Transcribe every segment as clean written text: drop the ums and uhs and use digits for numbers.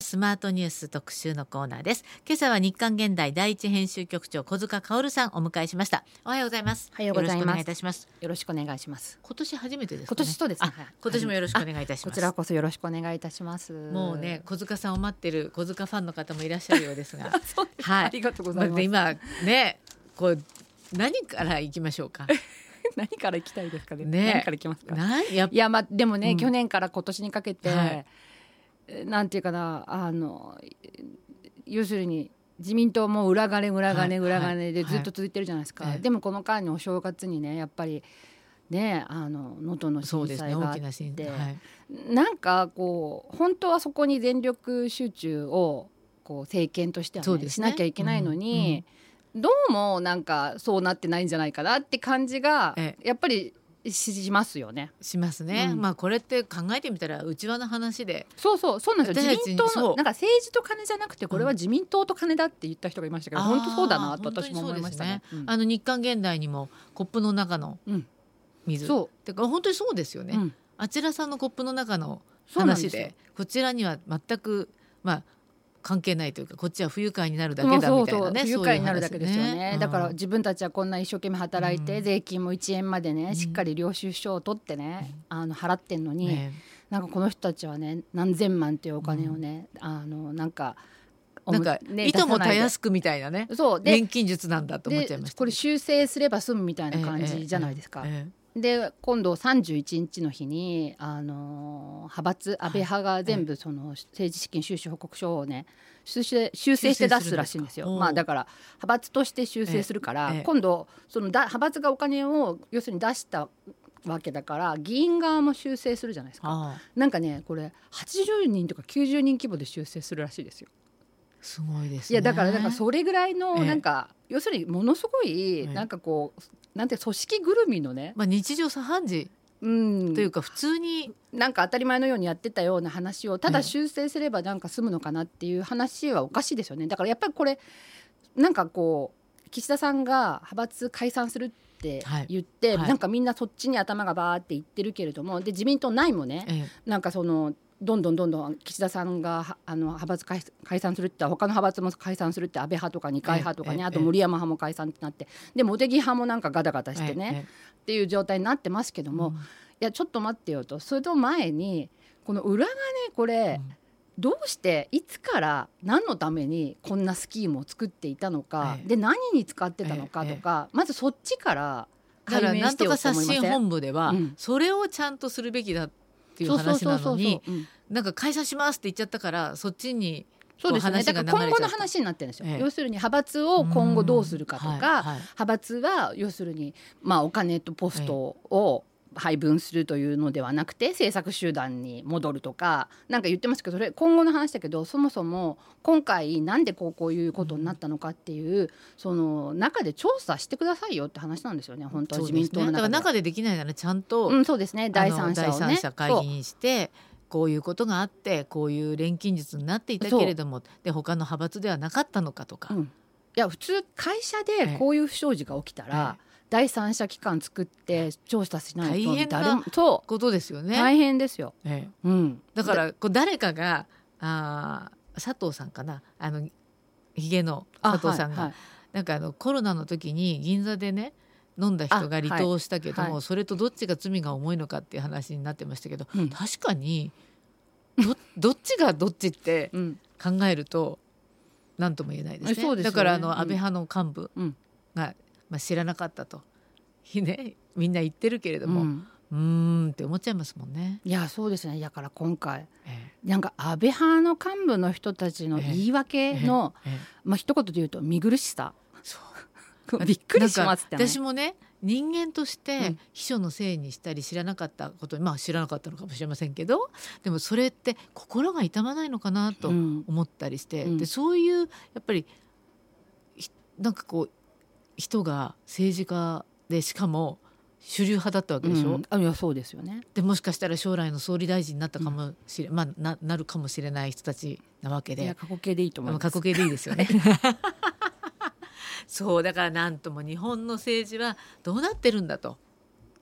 スマートニュース特集のコーナーです。今朝は日刊現代第一編集局長小塚薫さんお迎えしました。おはようございます。 おはようございます。 よろしくお願いいたします。 よろしくお願いします。 今年初めてですかね。 今年そうですね。 今年もよろしくお願いいたします。 こちらこそよろしくお願いいたします。 もうね、小塚さんを待ってる小塚ファンの方もいらっしゃるようですがそうです、 はい、 ありがとうございます。 今ね、こう何から行きましょうか何から行きたいですかね。 何から行きますか。 いや、 でもね、去年から今年にかけて、 はい、 なんていうかな、要するに自民党も裏金でずっと続いてるじゃないですか、でもこの間にお正月にね、やっぱりね、能登の震災があって、なんかこう本当はそこに全力集中をこう政権としては、ね、しなきゃいけないのに、どうもなんかそうなってないんじゃないかなって感じがやっぱりしますよね。 しますね、これって考えてみたら内輪の話で、 そうなんですよ。自民党のなんか政治と金じゃなくて、これは自民党と金だって言った人がいましたけど、本当そうだなと私も思いましたね。 日刊現代にもコップの中の水、ってか本当にそうですよね、あちらさんのコップの中の話でこちらには全く関係ないというか、こっちは不愉快になるだけだみたいなね。 不愉快になるだけですよね。だから自分たちはこんな一生懸命働いて、税金も1円までね、しっかり領収書を取ってね、払ってんのに、なんかこの人たちはね、何千万っていうお金をね、なんかいともたやすくみたいなね、錬金術なんだと思っちゃいました。 これ修正すれば済むみたいな感じじゃないですか。で今度31日の日に派閥安倍派が全部その政治資金収支報告書をね、修正して出すらしいんですよ。だから派閥として修正するから、今度その派閥がお金を要するに出したわけだから、議員側も修正するじゃないですか。なんかね、これ80人とか90人規模で修正するらしいですよ。 すごいですね。 いやだからそれぐらいのなんか、要するにものすごいなんかこう、なんて組織ぐるみのね、 日常茶飯事というか、普通になんか当たり前のようにやってたような話をただ修正すればなんか済むのかなっていう話はおかしいですよね。だからやっぱりこれなんかこう岸田さんが派閥解散するって言って、なんかみんなそっちに頭がバーっていってるけれども、で自民党内もね、なんかそのどんどん岸田さんが派閥解散するって、他の派閥も解散するって、安倍派とか二階派とかね、あと森山派も解散ってなって、で茂木派もなんかガタガタしてね、っていう状態になってますけども、いやちょっと待ってよと。それと前にこの裏金、これ、どうしていつから何のためにこんなスキームを作っていたのか、で何に使ってたのかとか、まずそっちから解明してよと思いません？ なんとか刷新本部では、それをちゃんとするべきだっていう話なのに、なんか解散しますって言っちゃったから、そっちにそうですね、だから今後の話になってるんですよ。要するに派閥を今後どうするかとか、派閥は要するにお金とポストを配分するというのではなくて、政策集団に戻るとかなんか言ってますけど、それ今後の話だけど、そもそも今回なんでこういうことになったのかっていう、その中で調査してくださいよって話なんですよね、本当は自民党の中で。 だから中でできないならちゃんと、 そうですね、第三者をね、 会議にして、こういうことがあってこういう錬金術になっていたけれども、で他の派閥ではなかったのかとか、 いや普通会社でこういう不祥事が起きたら、第三者機関作って調査しないと大変なことですよね。 大変ですよ、 だから誰かが佐藤さんかな、ひげの佐藤さんが、なんかコロナの時に銀座でね飲んだ人が離党したけども、それとどっちが罪が重いのかっていう話になってましたけど、確かにどっちがどっちって考えると何とも言えないですね。だから安倍派の幹部が、知らなかったと、みんな言ってるけれども、って思っちゃいますもんね。 いやそうですね。だから今回、なんか安倍派の幹部の人たちの言い訳の、一言で言うと見苦しさ、びっくりしますってね。 私もね、人間として秘書のせいにしたり知らなかったことに、知らなかったのかもしれませんけど、でもそれって心が痛まないのかなと思ったりして、でそういうやっぱりなんかこう人が政治家で、しかも主流派だったわけでしょ。 いやそうですよね。 でもしかしたら将来の総理大臣になったかもしれ、なるかもしれない人たちなわけで、 いや過去形でいいと思います。 過去形でいいですよねそうだからなんとも日本の政治はどうなってるんだと。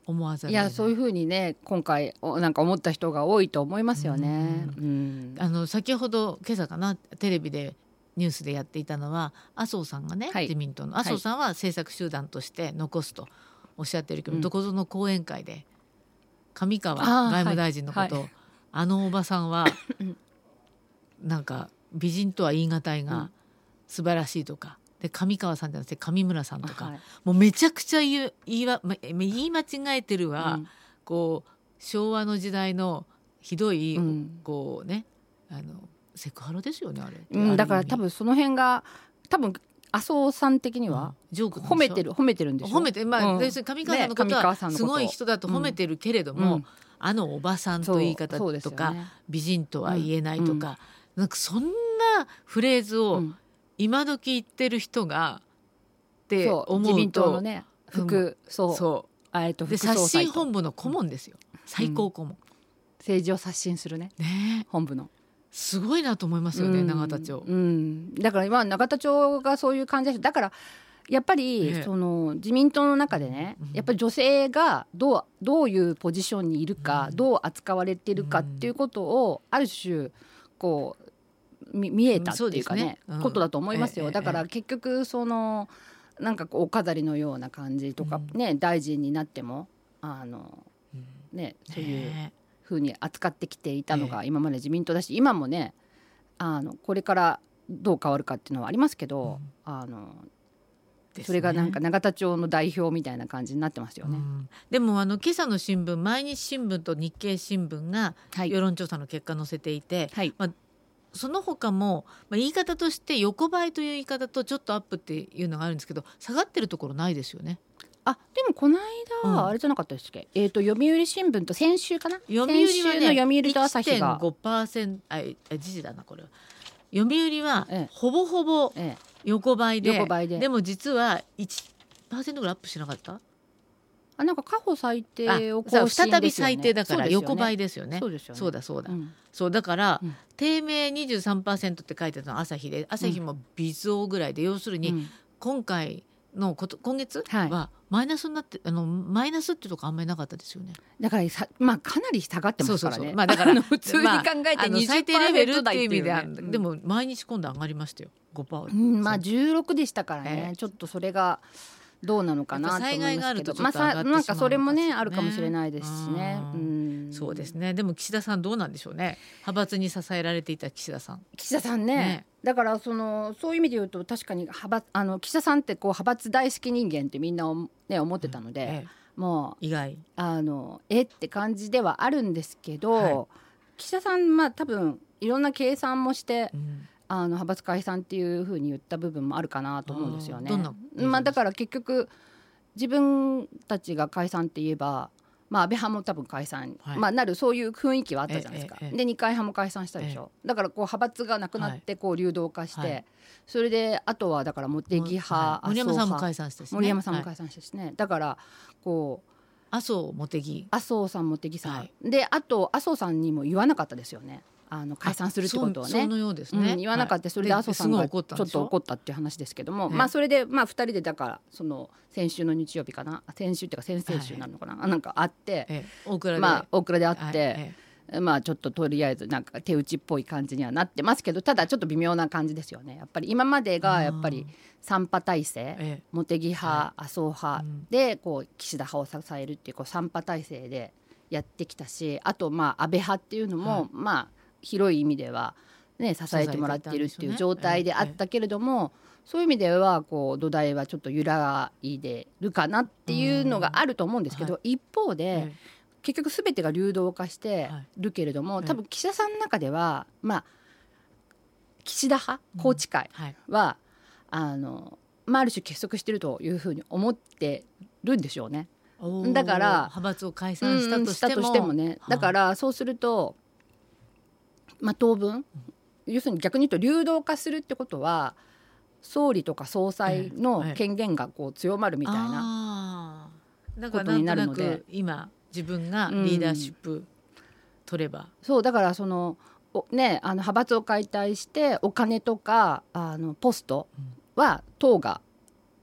思わざるいやそういうふうにね今回なんか思った人が多いと思いますよね。 先ほど今朝かなテレビでニュースでやっていたのは麻生さんがね、自民党の麻生さんは政策集団として残すとおっしゃってるけど、どこぞの講演会で上川外務大臣のことを、あのおばさんはなんか美人とは言い難いが素晴らしいとかで、上川さんじゃなくて上村さんとか、もうめちゃくちゃ言い間違えてるわ、こう昭和の時代のひどい、こうねセクハラですよねあれ、 だから多分その辺が多分麻生さん的には褒めてるんでしょ。 褒めて、要するに上川さんのことはすごい人だと褒めてるけれども、あのおばさんと言い方とか、美人とは言えないとか、なんかそんなフレーズを今時言ってる人がって思うと、 自民党のね副総裁とで刷新本部の顧問ですよ、最高顧問、 政治を刷新するね本部のすごいなと思いますよね、永田町、 だから今永田町がそういう感じです。だからやっぱりその自民党の中でね、やっぱり女性がどういうポジションにいるか、どう扱われているかっていうことをある種こう見えたっていうかね、ことだと思いますよ。だから結局そのなんかこうお飾りのような感じとかね、大臣になってもねそういう風に扱ってきていたのが今まで自民党だし、今もねこれからどう変わるかっていうのはありますけど、それがなんか永田町の代表みたいな感じになってますよね。 でも今朝の新聞、毎日新聞と日経新聞が世論調査の結果載せていて、その他も、言い方として横ばいという言い方とちょっとアップっていうのがあるんですけど、下がってるところないですよね。 でもこの間、あれじゃなかったですっけ、読売新聞と先週かな、読売はね、先週の読売と朝日が 1.5% 時事だなこれは。読売はほぼほぼ横ばいで、でも実は 1% ぐらいアップしなかった。 なんか過去最低を更新ですよね。 再び最低だから横ばいですよね。 そうですよね。 そうだ、そうだから、低迷 23% って書いてたのは朝日で、朝日も微増ぐらいで、要するに今回の今月はマイナスになって、マイナスってとこあんまりなかったですよね。 だからかなり下がってますからね。 だから普通に考えて 20% 最低レベルっていう意味では、 ね、 でも毎日今度上がりましたよ 5%、 16でしたからね、ちょっとそれがどうなのかなと思いますけど、なんかそれもねあるかもしれないですしね。 そうですね。でも岸田さんどうなんでしょうね。派閥に支えられていた岸田さんね。だからそういう意味で言うと確かに岸田さんってこう派閥大好き人間ってみんな、ね、思ってたので、もう意外って感じではあるんですけど、岸田さん多分いろんな計算もして、派閥解散っていう風に言った部分もあるかなと思うんですよね。だから結局自分たちが解散って言えば、安倍派も多分解散、なるそういう雰囲気はあったじゃないですか。で二階派も解散したでしょ。だからこう派閥がなくなってこう流動化して、それであとはだから茂木派、 森山さんも解散したしね。 森山さんも解散したしね。だからこう麻生さん、 茂木さん、であと麻生さんにも言わなかったですよね。解散するってことをね、 そのようですね、 言わなかった。それで麻生さんがちょっと怒ったっていう話ですけども、それで2人でだからその先週の日曜日かな、先週っていうか先々週なのかな、なんか会って、大倉で会って、ちょっととりあえずなんか手打ちっぽい感じにはなってますけど、ただちょっと微妙な感じですよね。やっぱり今までがやっぱり3派体制、茂木派、麻生派でこう岸田派を支えるっていう、こう3派体制でやってきたし、あと安倍派っていうのも広い意味では、ね、支えてもらっているっていう状態であったけれども、そういう意味ではこう土台はちょっと揺らいでるかなっていうのがあると思うんですけど、一方で、結局全てが流動化してるけれども、多分岸田さんの中では、岸田派宏池会は、ある種結束してるというふうに思ってるんでしょうね。だから派閥を解散したとしてもね、だからそうすると当分、要するに逆に言うと流動化するってことは総理とか総裁の権限がこう強まるみたいなことになるので、 だからなんとなく今自分がリーダーシップ取れば、 そうだから派閥を解体してお金とかポストは党が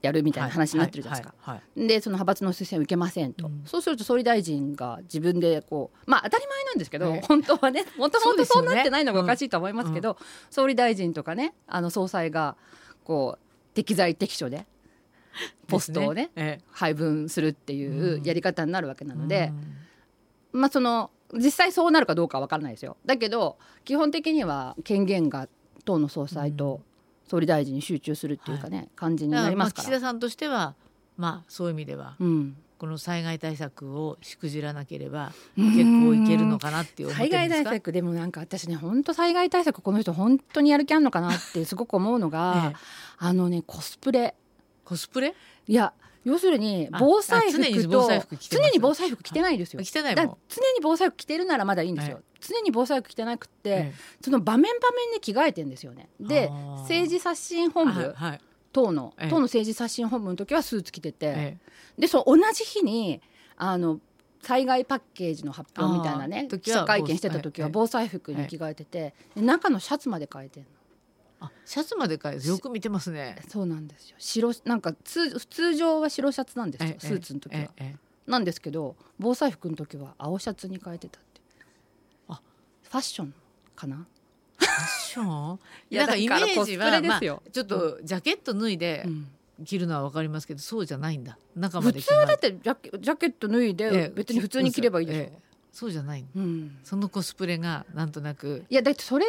やるみたいな話になってるじゃないですか、でその派閥の推薦を受けませんと、そうすると総理大臣が自分でこう当たり前なんですけど、本当はねもともとそうなってないのがおかしいと思いますけど、総理大臣とかね総裁がこう適材適所でポストをね配分するっていうやり方になるわけなので、その実際そうなるかどうかは分からないですよ。だけど基本的には権限が党の総裁と総理大臣に集中するっていうかね、感じになりますから、 岸田さんとしてはそういう意味では、この災害対策をしくじらなければ結構いけるのかなっていう思ってるんですか。 災害対策でもなんか私ね本当災害対策この人本当にやる気あるのかなってすごく思うのが、コスプレいや要するに防災服と常に防災服着てないですよ。 着てないもん。 常に防災服着てるならまだいいんですよ、常に防災服着てなくて、その場面で着替えてんですよね。で政治刷新本部、党の政治刷新本部の時はスーツ着てて、で同じ日に災害パッケージの発表みたいなね記者会見してた時は防災服に着替えてて、中のシャツまで変えてんの。 シャツまで変えてよく見てますね。 そうなんですよ。なんか通常は白シャツなんですよ、スーツの時は、なんですけど防災服の時は青シャツに変えてたって。ファッションかな。 ファッションなんかイメージは、ちょっとジャケット脱いで着るのは分かりますけど、そうじゃないんだ。中まで普通はだってジャケット脱いで別に普通に着ればいいでしょ。 そうじゃない、そのコスプレがなんとなくだってそれって、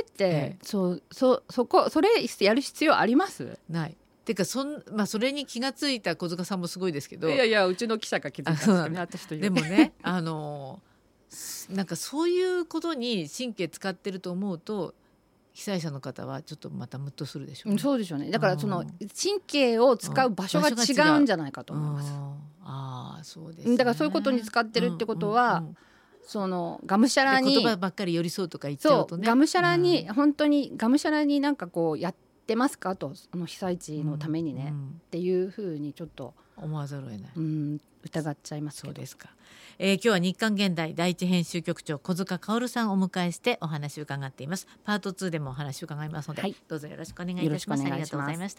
それやる必要あります？ ないてかそれに気がついた小塚さんもすごいですけど、 いやうちの記者が気づいたんですけどね、私という。 でもねなんかそういうことに神経使ってると思うと被災者の方はちょっとまたムッとするでしょうね。 そうでしょうね。だからその神経を使う場所が違うんじゃないかと思います。 そうですね。だからそういうことに使ってるってことは、そのがむしゃらに言葉ばっかり寄り添うとか言っちゃうとね、 がむしゃらに、本当にがむしゃらになんかこうやってますかと、被災地のためにね、っていうふうにちょっと思わざるを得ない、 疑っちゃいますけど。 そうですか。今日は日刊現代第一編集局長小塚薫さんをお迎えしてお話を伺っています。パート2でもお話を伺いますので、どうぞよろしくお願いいたします。ありがとうございました。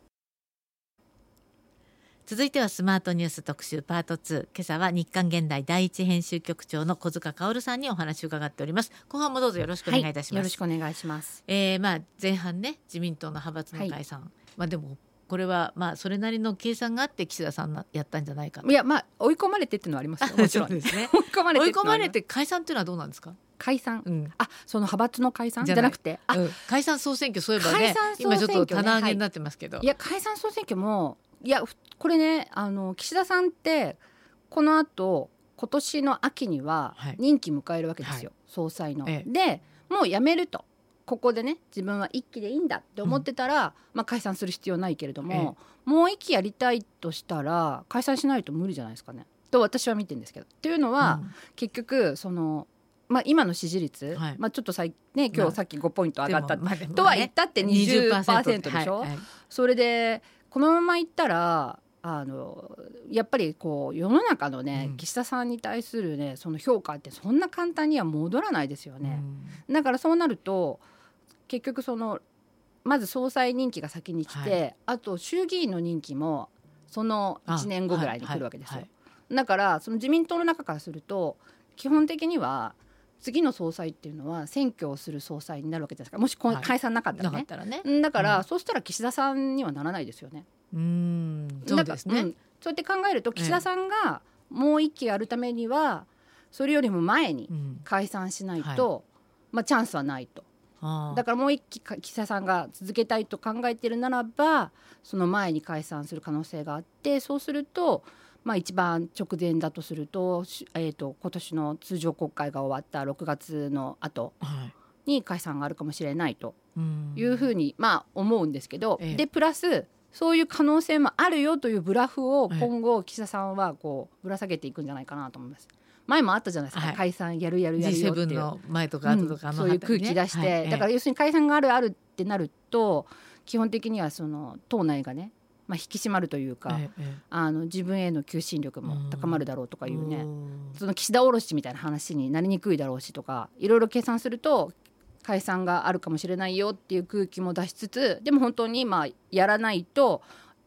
続いてはスマートニュース特集パート2。今朝は日刊現代第一編集局長の小塚薫さんにお話を伺っております。後半もどうぞよろしくお願いいたします。 よろしくお願いします。 前半ね、自民党の派閥の解散、でもこれはそれなりの計算があって岸田さんやったんじゃないかと。 いや追い込まれてっていうのはありますよ、もちろんですね。 追い込まれて解散っていうのはどうなんですか。 解散、その派閥の解散じゃなくて、 解散総選挙、そういえばね、今ちょっと棚上げになってますけど、 いや解散総選挙もこれね、岸田さんってこのあと今年の秋には任期迎えるわけですよ、総裁の。でもう辞めると、ここでね自分は一期でいいんだって思ってたら、解散する必要ないけれども、もう一期やりたいとしたら解散しないと無理じゃないですかねと私は見てるんですけど。っていうのは、結局その今の支持率、ちょっと今日さっき5ポイント上がったとは言ったって 20% でしょ、それでこのままいったらやっぱりこう世の中のね、岸田さんに対するねその評価ってそんな簡単には戻らないですよね、だからそうなると結局まず総裁任期が先に来て、あと衆議院の任期もその1年後ぐらいに来るわけですよ、だからその自民党の中からすると基本的には次の総裁っていうのは選挙をする総裁になるわけじゃないですか、もし解散なかったらね、だから、そうしたら岸田さんにはならないですよね。 そうですね、 そうやって考えると岸田さんがもう一期やるためにはそれよりも前に解散しないと、チャンスはないと。だからもう一期岸田さんが続けたいと考えているならばその前に解散する可能性があって、そうすると一番直前だとすると、今年の通常国会が終わった6月の後に解散があるかもしれないというふうに思うんですけど、でプラスそういう可能性もあるよというブラフを今後岸田さんはこうぶら下げていくんじゃないかなと思います。前もあったじゃないですか、解散やるよっていう G7 の前とか後とかそういう空気出して、だから要するに解散があるってなると基本的にはその党内がね、引き締まるというか、自分への求心力も高まるだろうとかいうね、その岸田おろしみたいな話になりにくいだろうしとか、いろいろ計算すると解散があるかもしれないよっていう空気も出しつつ、でも本当にやらないと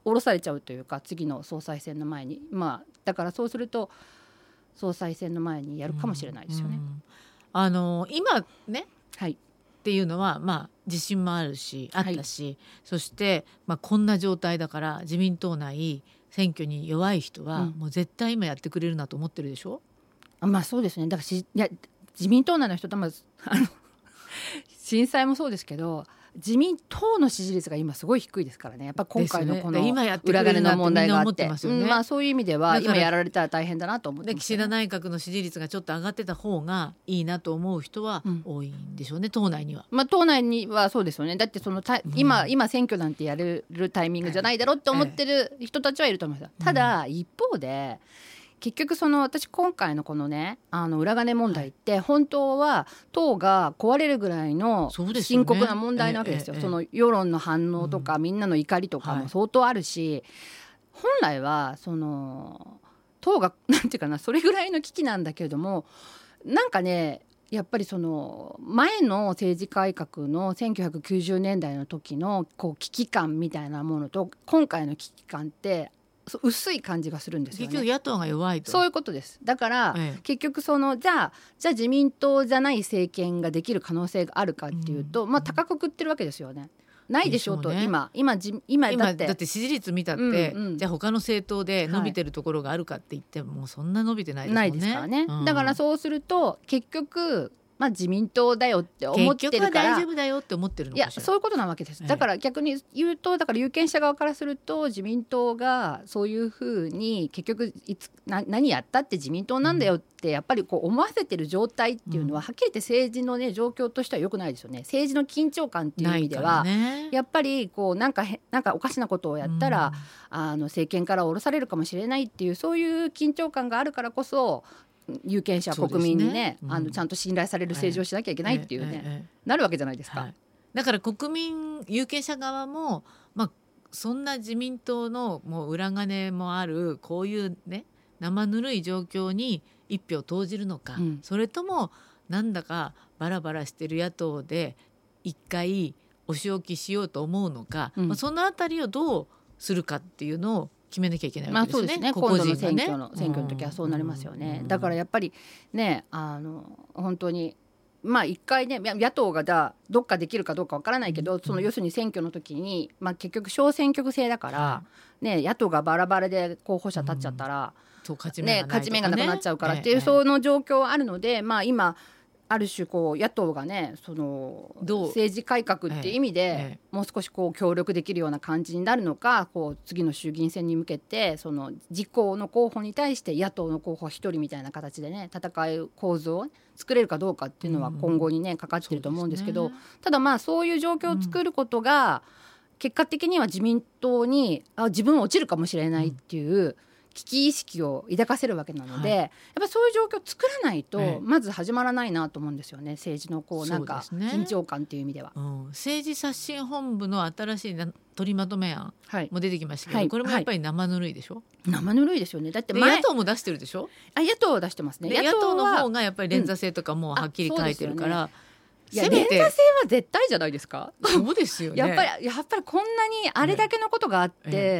降ろされちゃうというか、次の総裁選の前に、だからそうすると総裁選の前にやるかもしれないですよね。 今ね、 はい、 っていうのは自信もあるしあったし、そして、こんな状態だから自民党内選挙に弱い人はもう絶対今やってくれるなと思ってるでしょ。 そうですね。だからいや自民党内の人と震災もそうですけど、自民党の支持率が今すごい低いですからね。やっぱ今回のこの裏金の問題があって、そういう意味では今やられたら大変だなと思ってます、ね。 岸田内閣の支持率がちょっと上がってた方がいいなと思う人は多いんでしょうね、党内には。 党内にはそうですよね。だって今選挙なんてやれるタイミングじゃないだろうって思ってる人たちはいると思います。ただ一方で結局私今回のこのね裏金問題って本当は党が壊れるぐらいの深刻な問題なわけですよ。その世論の反応とか、みんなの怒りとかも相当あるし、本来は党がなんていうかな、それぐらいの危機なんだけれども、なんかねやっぱり前の政治改革の1990年代の時の危機感みたいなものと今回の危機感って薄い感じがするんですよね。 結局野党が弱いと。 そういうことです。だから、結局じゃあ自民党じゃない政権ができる可能性があるかっていうと、高くくってるわけですよね。ないでしょうと、今だって支持率見たって、じゃあ他の政党で伸びてるところがあるかって言っても、もうそんな伸びてないですもんね。 ないですからね、だからそうすると結局自民党だよって思ってるから、 結局は大丈夫だよって思ってるのかしら。 いやそういうことなわけです。だから逆に言うと、だから有権者側からすると自民党がそういうふうに結局何やったって自民党なんだよってやっぱり思わせてる状態っていうのは、はっきり言って政治のね状況としては良くないですよね。政治の緊張感っていう意味では、やっぱりなんかおかしなことをやったら、政権から降ろされるかもしれないっていう、そういう緊張感があるからこそ有権者国民にね、ちゃんと信頼される政治をしなきゃいけないっていうね、なるわけじゃないですか。 だから国民有権者側も、そんな自民党のもう裏金もあるこういうね生ぬるい状況に一票投じるのか、それともなんだかバラバラしてる野党で一回お仕置きしようと思うのか、そのあたりをどうするかっていうのを決めなきゃいけないわけですね。 そうですね。今度の選挙の時はそうなりますよね。だからやっぱりね本当に一回ね野党がどっかできるかどうかわからないけど、要するに選挙の時に、結局小選挙区制だから、野党がバラバラで候補者立っちゃったら、勝ち目がなくなっちゃうからっていう、その状況はあるので、今ある種野党がね政治改革っていう意味で、もう少し協力できるような感じになるのか、次の衆議院選に向けて自公の候補に対して野党の候補一人みたいな形でね戦う構図を作れるかどうかっていうのは今後にねかかってると思うんですけど、ただそういう状況を作ることが、結果的には自民党に自分落ちるかもしれないっていう危機意識を抱かせるわけなので、やっぱそういう状況を作らないとまず始まらないなと思うんですよね。政治のなんか緊張感っていう意味では、 政治刷新本部の新しい取りまとめ案も出てきましたけど、これもやっぱり生ぬるいでしょ。 生ぬるいですよね。だって野党も出してるでしょ。 野党は出してますね。 野党の方がやっぱり連座制とかもはっきり書いてるから、 連座制は絶対じゃないですか。 そうですよね。 やっぱりこんなにあれだけのことがあって、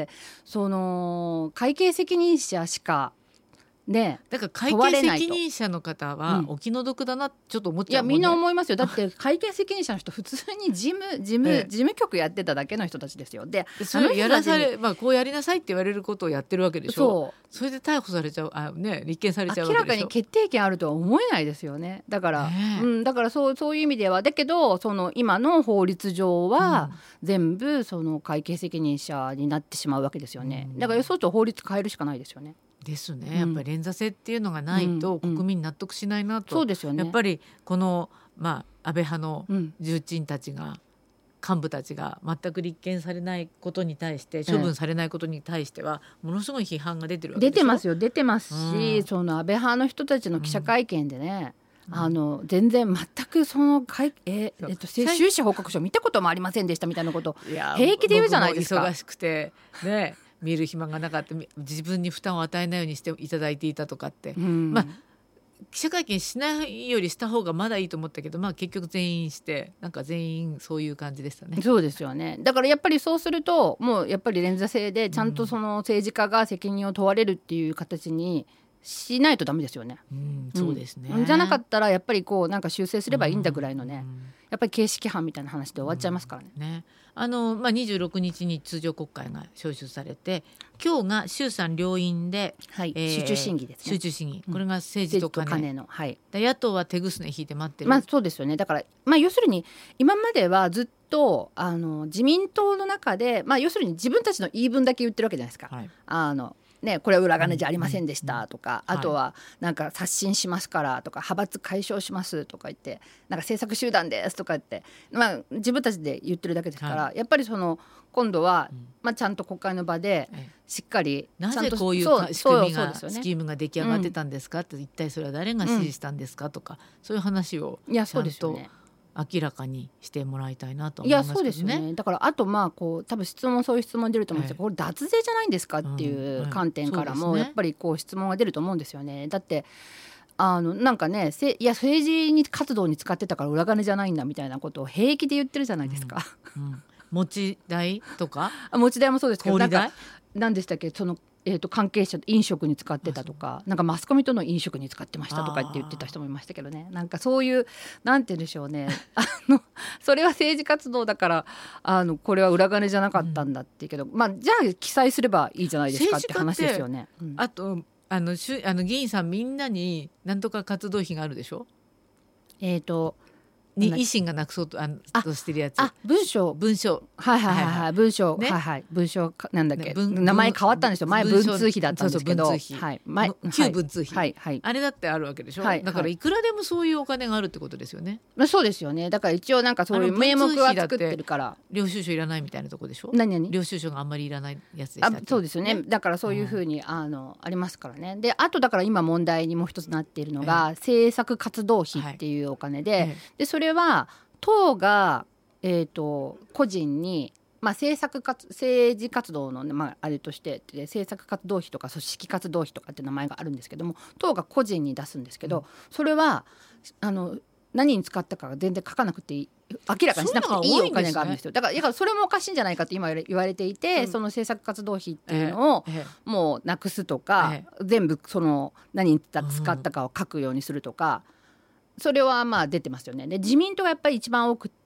会計責任者しかね、 だから会計責任者の方はお気の毒だなちょっと思っちゃうもんね。 みんな思いますよ。だって会計責任者の人普通に事務局やってただけの人たちですよ。でそれをやらされ、こうやりなさいって言われることをやってるわけでしょ。それで逮捕されちゃう、立件されちゃうわけでしょ。 明らかに決定権あるとは思えないですよね。だから、だからそういう意味ではだけど今の法律上は全部会計責任者になってしまうわけですよね。だからそうすると法律変えるしかないですよね。 ですね。やっぱり連座制っていうのがないと国民納得しないなと、 そうですよね。 やっぱりこの、安倍派の重鎮たちが、幹部たちが全く立件されないことに対して、処分されないことに対してはものすごい批判が出てるわけでしょ。 出てますし、安倍派の人たちの記者会見でね、全然全く収支報告書見たこともありませんでしたみたいなこと平気で言うじゃないですか。 忙しくてね見る暇がなかった、自分に負担を与えないようにしていただいていたとかって、 記者会見しないよりした方がまだいいと思ったけど、結局全員してなんか全員そういう感じでしたね。 そうですよね。だからやっぱりそうするともうやっぱり連座制でちゃんとその政治家が責任を問われるっていう形にしないとダメですよね。 そうですね。 じゃなかったらやっぱりこうなんか修正すればいいんだぐらいのね、やっぱり形式犯みたいな話で終わっちゃいますからね。 26日に通常国会が召集されて、今日が衆参両院で、 集中審議ですね。 集中審議、これが政治と金の、 野党は手ぐすね引いて待ってる。 そうですよね。だから、要するに今まではずっと自民党の中で、要するに自分たちの言い分だけ言ってるわけじゃないですか。これは裏金じゃありませんでしたとか、あとはなんか刷新しますからとか、派閥解消しますとか言って、なんか政策集団ですとか言って、自分たちで言ってるだけですから、やっぱりその今度は、ちゃんと国会の場でしっかりなぜこういう仕組みがスキームが出来上がってたんですかって、一体それは誰が指示したんですかとか、そういう話をちゃんと明らかにしてもらいたいなと思いますけどね。 そうですよね。だからあとこう多分そういう質問出ると思うんですけど、これ脱税じゃないんですかっていう観点からもやっぱりこう質問が出ると思うんですよね。だってなんかね、政治活動に使ってたから裏金じゃないんだみたいなことを平気で言ってるじゃないですか。 持ち代とか持ち代もそうですけど、 なんか何でしたっけ、その関係者飲食に使ってたとか、なんかマスコミとの飲食に使ってましたとかって言ってた人もいましたけどね。なんかそういうなんて言うんでしょうねそれは政治活動だからこれは裏金じゃなかったんだっていうけど、じゃあ記載すればいいじゃないですかって話ですよね。 あと議員さんみんなになんとか活動費があるでしょ。維新がなくそうとしてるやつ。 文章文章なんだっけ、名前変わったんですよ。前文通費だったんですけど、 旧文通費、あれだってあるわけでしょ。だからいくらでもそういうお金があるってことですよね。 そうですよね。だから一応なんかそういう名目は作ってるから。 領収書いらないみたいなとこでしょ。領収書があんまりいらないやつでしたっけ。 そうですよね。だからそういうふうにありますからね。であとだから今問題にもう一つなっているのが、政策活動費っていうお金で、それは党が、個人に、政治活動の、あれとして政策活動費とか組織活動費とかって名前があるんですけども、党が個人に出すんですけど、それは何に使ったかが全然書かなくていい、明らかにしなくていいお金があるんですよ。だからそれもおかしいんじゃないかって今言われていて、その政策活動費っていうのをもうなくすとか、全部その何に使ったかを書くようにするとか、それは出てますよね。で自民党がやっぱり一番多くって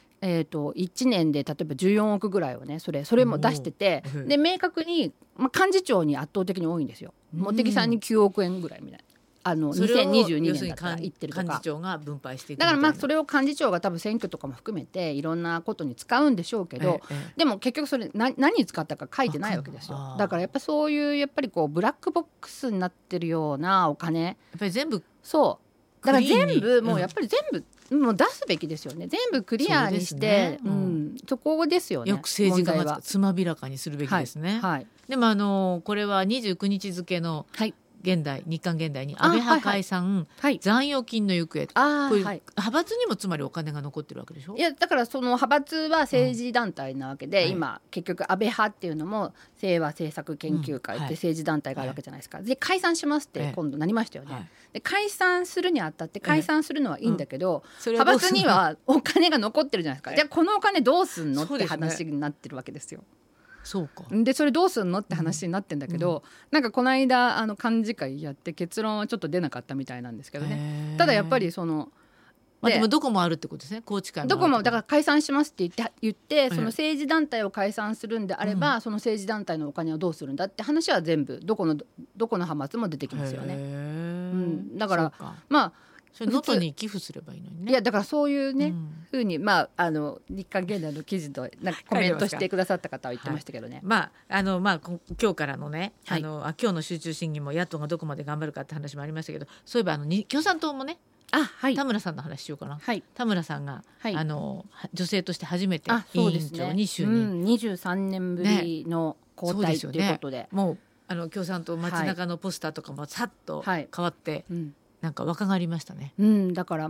、1年で例えば14億ぐらいをね、それも出してて、で明確に、幹事長に圧倒的に多いんですよ。茂木さんに9億円ぐらいみたいな。2022年だったら言ってるとか、 幹事長が分配していくだからそれを幹事長が多分選挙とかも含めていろんなことに使うんでしょうけど、でも結局それ何に使ったか書いてないわけですよ。だからやっぱそういうやっぱりこうブラックボックスになってるようなお金、やっぱり全部だから全部もうやっぱり全部もう出すべきですよね。全部クリアにして、そこですよね。 よく政治家がつまびらかにするべきですね。でもこれは29日付の日刊現代に安倍派解散、残余金の行方、こういう派閥にもつまりお金が残ってるわけでしょ。 いやだからその派閥は政治団体なわけで、今結局安倍派っていうのも清和政策研究会って政治団体があるわけじゃないですか。で解散しますって今度なりましたよね。で解散するにあたって解散するのはいいんだけど、派閥にはお金が残ってるじゃないですか。じゃあこのお金どうすんのって話になってるわけですよ。 そうか。 でそれどうすんのって話になってんだけど、なんかこの間幹事会やって結論はちょっと出なかったみたいなんですけどね。ただやっぱりそのでもどこもあるってことですね。宏池会もどこもだから解散しますって言ってその政治団体を解散するんであれば、その政治団体のお金をどうするんだって話は全部どこの派閥も出てきますよね。だからそれ能登に寄付すればいいのにね。 いやだからそういうね、ふうに日刊現代の記事となんかコメントしてくださった方は言ってましたけどね。 今日からのね、今日の集中審議も野党がどこまで頑張るかって話もありましたけど、そういえば共産党もね、田村さんの話しようかな。田村さんが、女性として初めて委員長に就任、 23年ぶりの交代ということで、 もう共産党街中のポスターとかもさっと変わって、なんか若返りましたね。 だから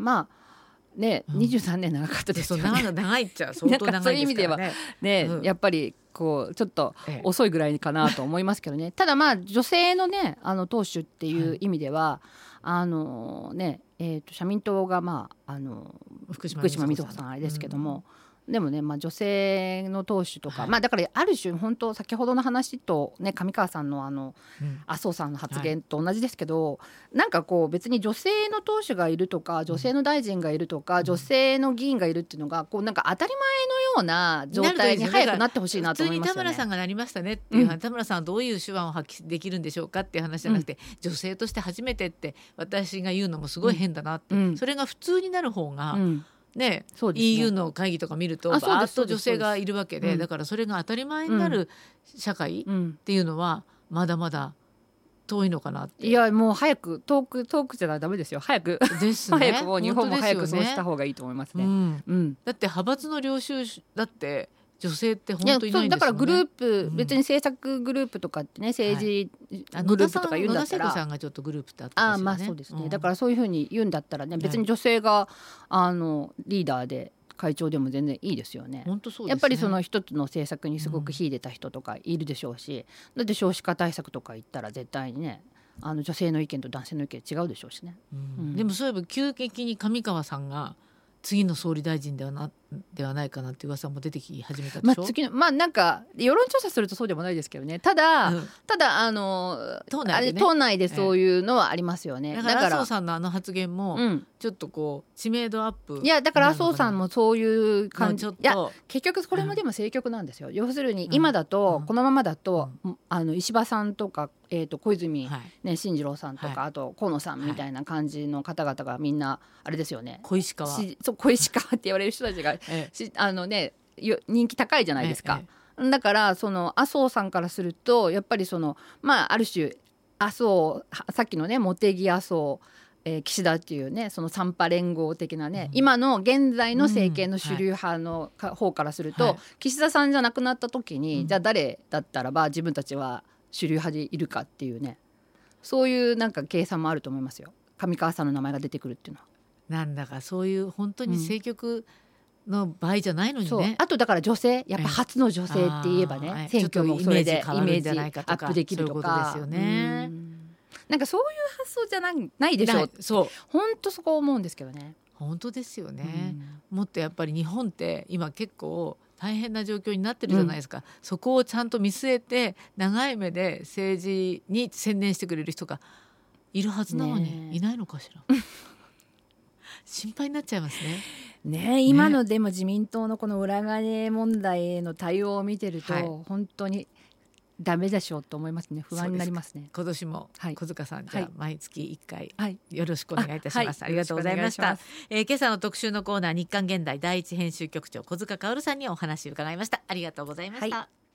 23年長かったですよね。 長いっちゃ相当長いですからね。 そういう意味ではね、やっぱりこうちょっと遅いぐらいかなと思いますけどね。ただ女性のね党首っていう意味では社民党が、福島みずほさんあれですけども、でもね、女性の党首とか、だからある種本当先ほどの話とね上川さんの麻生さんの発言と同じですけど、なんかこう別に女性の党首がいるとか女性の大臣がいるとか、女性の議員がいるっていうのがこうなんか当たり前のような状態に早くなってほしいなと思いますよね。 普通に田村さんがなりましたねっていう、田村さんはどういう手腕を発揮できるんでしょうかっていう話じゃなくて、女性として初めてって私が言うのもすごい変だなって、それが普通になる方が、そうですね、EU の会議とか見るとバーッと女性がいるわけで、だからそれが当たり前になる社会っていうのはまだまだ遠いのかなって。 いやもう早く遠くじゃダメですよ。早くですね早くもう日本も早くそうした方がいいと思いますね。 だって派閥の領袖だって女性って本当にいないんですよね。 だからグループ、別に政策グループとかってね、政治グループとか言うんだったら、 野田聖子さんがちょっとグループってあったかしらね。 そうですね、だからそういうふうに言うんだったらね、別に女性がリーダーで会長でも全然いいですよね。 本当そうですね。 やっぱりその一つの政策にすごく秀でた人とかいるでしょうし、だって少子化対策とか言ったら絶対にね女性の意見と男性の意見違うでしょうしね。 でもそういえば急激に上川さんが次の総理大臣ではないかなっていう噂も出てき始めたでしょ。 次のなんか世論調査するとそうでもないですけどね。ただ党内でそういうのはありますよね。 だから麻生さんの発言もちょっとこう知名度アップ。 いやだから麻生さんもそういう感じ。いや結局これもでも政局なんですよ。要するに今だとこのままだと石破さんとか小泉進次郎さんとかあと河野さんみたいな感じの方々がみんなあれですよね。 小石川って言われる人たちが人気高いじゃないですか。だからその麻生さんからするとやっぱりある種さっきのね茂木麻生岸田っていうねその三派連合的なね、今の現在の政権の主流派の方からすると、岸田さんじゃなくなった時に、じゃあ誰だったらば自分たちは主流派でいるかっていうね、そういうなんか計算もあると思いますよ。上川さんの名前が出てくるっていうのは。 なんだかそういう本当に政局の場合じゃないのにね。 あとだから女性やっぱ初の女性って言えばね、選挙もそれでイメージアップできるとか、 そういうことですよね。 なんかそういう発想じゃないでしょう。本当そこ思うんですけどね。 本当ですよね。もっとやっぱり日本って今結構大変な状況になってるじゃないですか。そこをちゃんと見据えて長い目で政治に専念してくれる人がいるはずなのにいないのかしら。心配になっちゃいますね。 今のでも自民党のこの裏金問題への対応を見てると、本当にダメでしょうと思いますね。不安になりますね。 今年も小塚さん、じゃあ毎月1回よろしくお願いいたします。ありがとうございました。今朝の特集のコーナー、日刊現代第一編集局長小塚薫さんにお話を伺いました。ありがとうございました。